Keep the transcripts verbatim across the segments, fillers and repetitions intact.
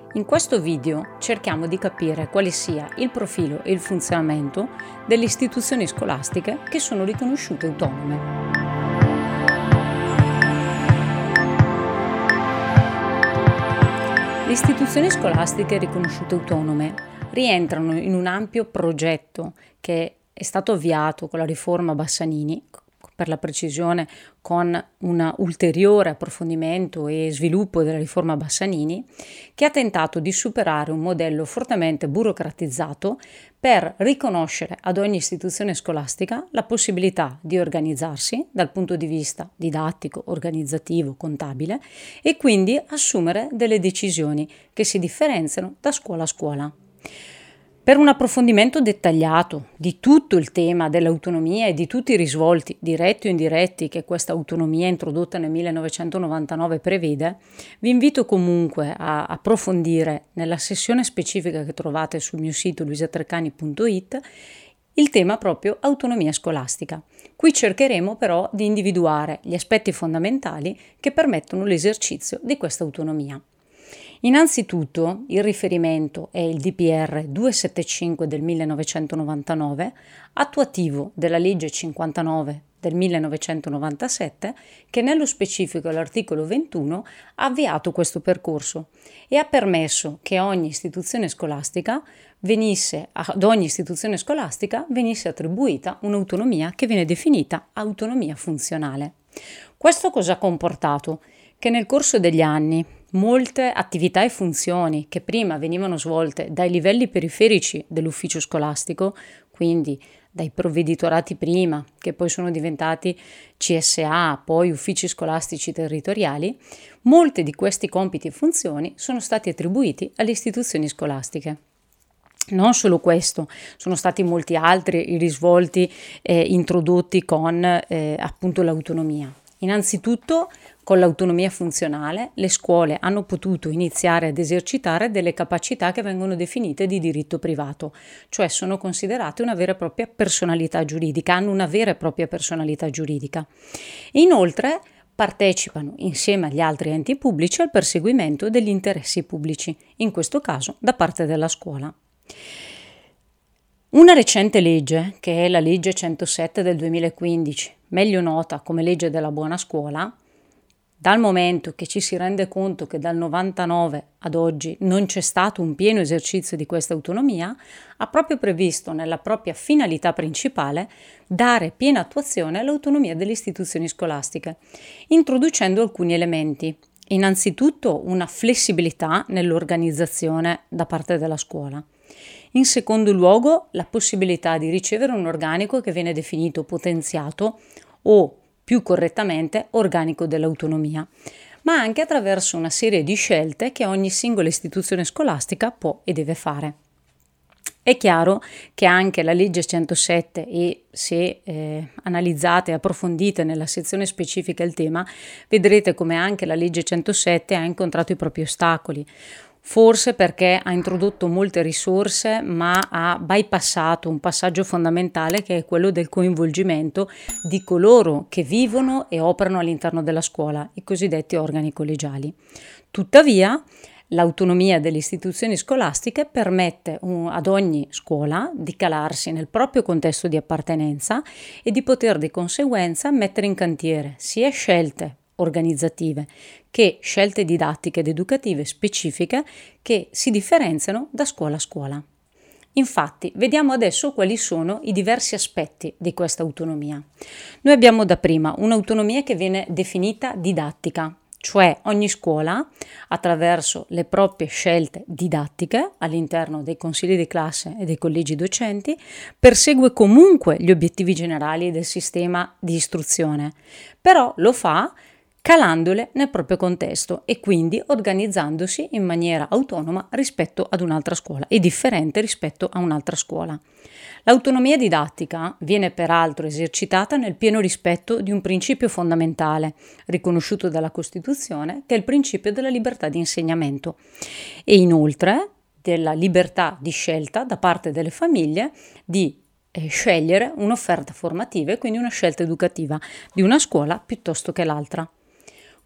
In questo video cerchiamo di capire quale sia il profilo e il funzionamento delle istituzioni scolastiche che sono riconosciute autonome. Le istituzioni scolastiche riconosciute autonome rientrano in un ampio progetto che è stato avviato con la riforma Bassanini, per la precisione con un ulteriore approfondimento e sviluppo della riforma Bassanini, che ha tentato di superare un modello fortemente burocratizzato per riconoscere ad ogni istituzione scolastica la possibilità di organizzarsi dal punto di vista didattico, organizzativo, contabile e quindi assumere delle decisioni che si differenziano da scuola a scuola. Per un approfondimento dettagliato di tutto il tema dell'autonomia e di tutti i risvolti, diretti o indiretti, che questa autonomia introdotta nel millenovecentonovantanove prevede, vi invito comunque a approfondire nella sessione specifica che trovate sul mio sito luisa treccani punto it il tema proprio autonomia scolastica. Qui cercheremo però di individuare gli aspetti fondamentali che permettono l'esercizio di questa autonomia. Innanzitutto il riferimento è il D P R duecentosettantacinque del millenovecentonovantanove, attuativo della legge cinquantanove del millenovecentonovantasette, che nello specifico all'articolo ventuno ha avviato questo percorso e ha permesso che ogni istituzione scolastica venisse, ad ogni istituzione scolastica venisse attribuita un'autonomia che viene definita autonomia funzionale. Questo cosa ha comportato? Che nel corso degli anni molte attività e funzioni che prima venivano svolte dai livelli periferici dell'ufficio scolastico, quindi dai provveditorati prima, che poi sono diventati C S A, poi uffici scolastici territoriali, molte di questi compiti e funzioni sono stati attribuiti alle istituzioni scolastiche. Non solo questo, sono stati molti altri i risvolti eh, introdotti con eh, appunto l'autonomia. Innanzitutto, con l'autonomia funzionale, le scuole hanno potuto iniziare ad esercitare delle capacità che vengono definite di diritto privato, cioè sono considerate una vera e propria personalità giuridica, hanno una vera e propria personalità giuridica. Inoltre, partecipano insieme agli altri enti pubblici al perseguimento degli interessi pubblici, in questo caso da parte della scuola. Una recente legge, che è la legge centosette del duemilaquindici, meglio nota come legge della buona scuola, dal momento che ci si rende conto che dal novantanove ad oggi non c'è stato un pieno esercizio di questa autonomia, ha proprio previsto nella propria finalità principale dare piena attuazione all'autonomia delle istituzioni scolastiche, introducendo alcuni elementi. Innanzitutto una flessibilità nell'organizzazione da parte della scuola. In secondo luogo, la possibilità di ricevere un organico che viene definito potenziato o, più correttamente, organico dell'autonomia, ma anche attraverso una serie di scelte che ogni singola istituzione scolastica può e deve fare. È chiaro che anche la legge centosette e se eh, analizzate e approfondite nella sezione specifica il tema, vedrete come anche la legge centosette ha incontrato i propri ostacoli. Forse perché ha introdotto molte risorse ma ha bypassato un passaggio fondamentale che è quello del coinvolgimento di coloro che vivono e operano all'interno della scuola, i cosiddetti organi collegiali. Tuttavia, l'autonomia delle istituzioni scolastiche permette un, ad ogni scuola di calarsi nel proprio contesto di appartenenza e di poter di conseguenza mettere in cantiere sia scelte organizzative che scelte didattiche ed educative specifiche che si differenziano da scuola a scuola. Infatti, vediamo adesso quali sono i diversi aspetti di questa autonomia. Noi abbiamo da prima un'autonomia che viene definita didattica, cioè ogni scuola, attraverso le proprie scelte didattiche all'interno dei consigli di classe e dei collegi docenti, persegue comunque gli obiettivi generali del sistema di istruzione, però lo fa calandole nel proprio contesto e quindi organizzandosi in maniera autonoma rispetto ad un'altra scuola e differente rispetto a un'altra scuola. L'autonomia didattica viene peraltro esercitata nel pieno rispetto di un principio fondamentale riconosciuto dalla Costituzione, che è il principio della libertà di insegnamento, e inoltre della libertà di scelta da parte delle famiglie di eh, scegliere un'offerta formativa e quindi una scelta educativa di una scuola piuttosto che l'altra.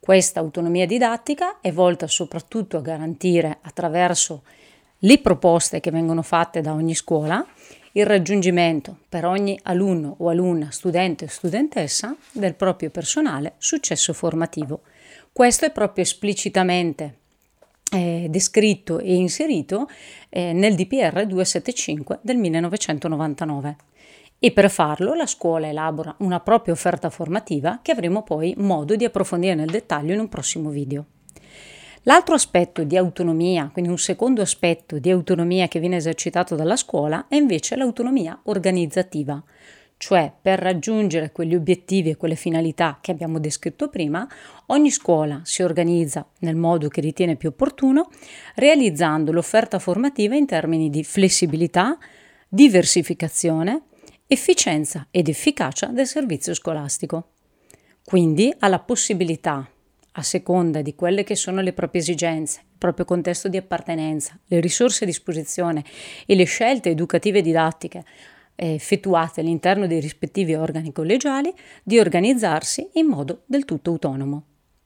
Questa autonomia didattica è volta soprattutto a garantire, attraverso le proposte che vengono fatte da ogni scuola, il raggiungimento per ogni alunno o alunna, studente o studentessa del proprio personale successo formativo. Questo è proprio esplicitamente eh, descritto e inserito eh, nel D P R duecentosettantacinque del millenovecentonovantanove. E per farlo la scuola elabora una propria offerta formativa che avremo poi modo di approfondire nel dettaglio in un prossimo video. L'altro aspetto di autonomia, quindi un secondo aspetto di autonomia che viene esercitato dalla scuola, è invece l'autonomia organizzativa, cioè per raggiungere quegli obiettivi e quelle finalità che abbiamo descritto prima, ogni scuola si organizza nel modo che ritiene più opportuno, realizzando l'offerta formativa in termini di flessibilità, diversificazione, efficienza ed efficacia del servizio scolastico. Quindi ha la possibilità, a seconda di quelle che sono le proprie esigenze, il proprio contesto di appartenenza, le risorse a disposizione e le scelte educative e didattiche eh, effettuate all'interno dei rispettivi organi collegiali, di organizzarsi in modo del tutto autonomo.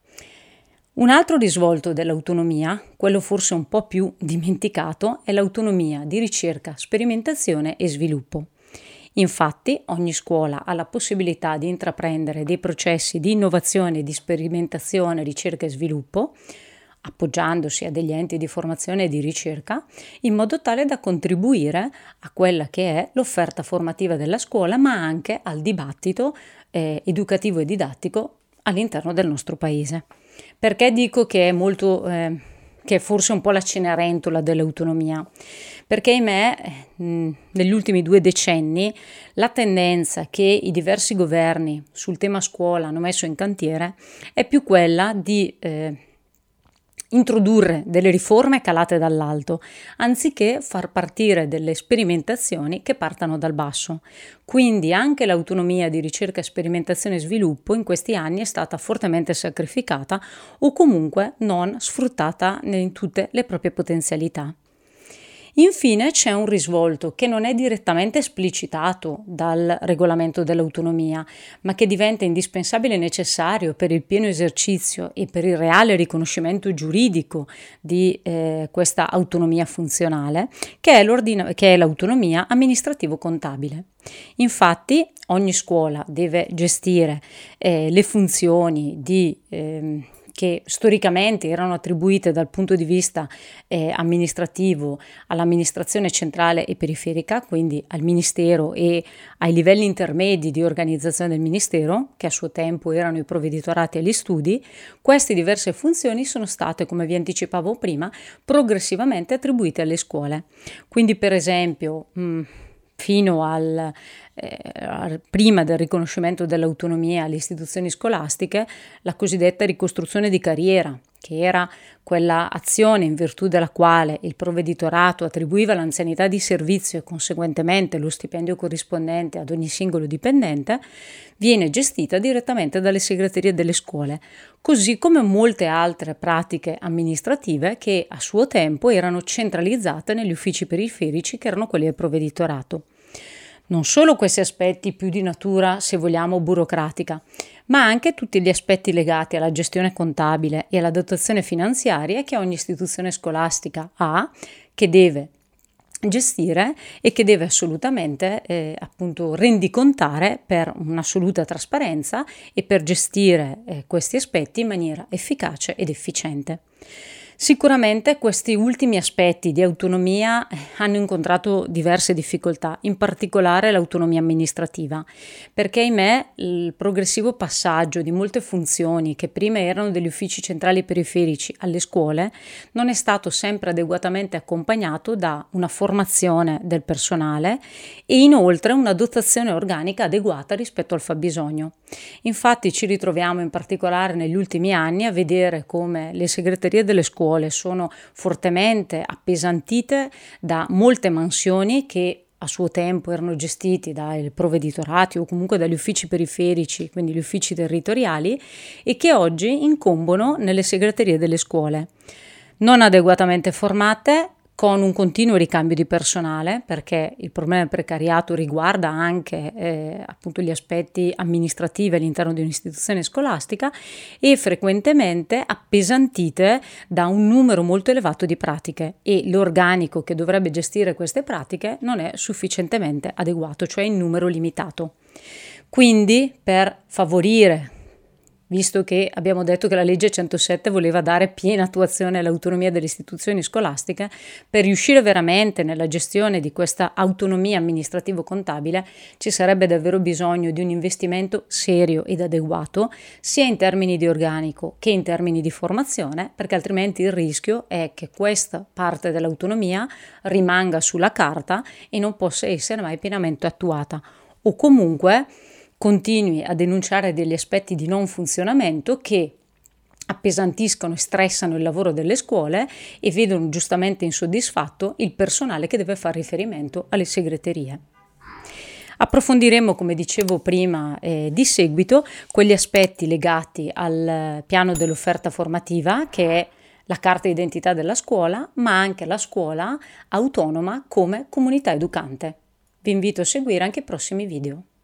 Un altro risvolto dell'autonomia, quello forse un po' più dimenticato, è l'autonomia di ricerca, sperimentazione e sviluppo. Infatti, ogni scuola ha la possibilità di intraprendere dei processi di innovazione, di sperimentazione, ricerca e sviluppo, appoggiandosi a degli enti di formazione e di ricerca, in modo tale da contribuire a quella che è l'offerta formativa della scuola, ma anche al dibattito eh, educativo e didattico all'interno del nostro paese. Perché dico che è molto... Eh, che è forse un po' la cenerentola dell'autonomia, perché ahimè negli ultimi due decenni la tendenza che i diversi governi sul tema scuola hanno messo in cantiere è più quella di eh, introdurre delle riforme calate dall'alto, anziché far partire delle sperimentazioni che partano dal basso. Quindi anche l'autonomia di ricerca, sperimentazione e sviluppo in questi anni è stata fortemente sacrificata o comunque non sfruttata in tutte le proprie potenzialità. Infine c'è un risvolto che non è direttamente esplicitato dal regolamento dell'autonomia, ma che diventa indispensabile e necessario per il pieno esercizio e per il reale riconoscimento giuridico di eh, questa autonomia funzionale, che è, che è l'autonomia amministrativo-contabile. Infatti ogni scuola deve gestire eh, le funzioni di eh, che storicamente erano attribuite dal punto di vista eh, amministrativo all'amministrazione centrale e periferica, quindi al Ministero e ai livelli intermedi di organizzazione del Ministero, che a suo tempo erano i provveditorati e gli studi. Queste diverse funzioni sono state, come vi anticipavo prima, progressivamente attribuite alle scuole. Quindi, per esempio, mh, fino al Eh, prima del riconoscimento dell'autonomia alle istituzioni scolastiche, la cosiddetta ricostruzione di carriera, che era quella azione in virtù della quale il provveditorato attribuiva l'anzianità di servizio e conseguentemente lo stipendio corrispondente ad ogni singolo dipendente, viene gestita direttamente dalle segreterie delle scuole, così come molte altre pratiche amministrative che a suo tempo erano centralizzate negli uffici periferici, che erano quelli del provveditorato. Non solo questi aspetti più di natura, se vogliamo, burocratica, ma anche tutti gli aspetti legati alla gestione contabile e alla dotazione finanziaria che ogni istituzione scolastica ha, che deve gestire e che deve assolutamente eh, appunto rendicontare per un'assoluta trasparenza e per gestire eh, questi aspetti in maniera efficace ed efficiente. Sicuramente questi ultimi aspetti di autonomia hanno incontrato diverse difficoltà, in particolare l'autonomia amministrativa, perché ahimè il progressivo passaggio di molte funzioni che prima erano degli uffici centrali e periferici alle scuole non è stato sempre adeguatamente accompagnato da una formazione del personale e inoltre una dotazione organica adeguata rispetto al fabbisogno. Infatti ci ritroviamo in particolare negli ultimi anni a vedere come le segreterie delle scuole sono fortemente appesantite da molte mansioni che a suo tempo erano gestiti dai provveditorati o comunque dagli uffici periferici, quindi gli uffici territoriali, e che oggi incombono nelle segreterie delle scuole, non adeguatamente formate, con un continuo ricambio di personale, perché il problema del precariato riguarda anche eh, appunto gli aspetti amministrativi all'interno di un'istituzione scolastica, e frequentemente appesantite da un numero molto elevato di pratiche, e l'organico che dovrebbe gestire queste pratiche non è sufficientemente adeguato, cioè in numero limitato. Quindi, per favorire, visto che abbiamo detto che la legge centosette voleva dare piena attuazione all'autonomia delle istituzioni scolastiche, per riuscire veramente nella gestione di questa autonomia amministrativo-contabile ci sarebbe davvero bisogno di un investimento serio ed adeguato, sia in termini di organico che in termini di formazione, perché altrimenti il rischio è che questa parte dell'autonomia rimanga sulla carta e non possa essere mai pienamente attuata, o comunque continui a denunciare degli aspetti di non funzionamento che appesantiscono e stressano il lavoro delle scuole e vedono giustamente insoddisfatto il personale che deve fare riferimento alle segreterie. Approfondiremo, come dicevo prima, eh, di seguito quegli aspetti legati al piano dell'offerta formativa, che è la carta d'identità della scuola, ma anche la scuola autonoma come comunità educante. Vi invito a seguire anche i prossimi video.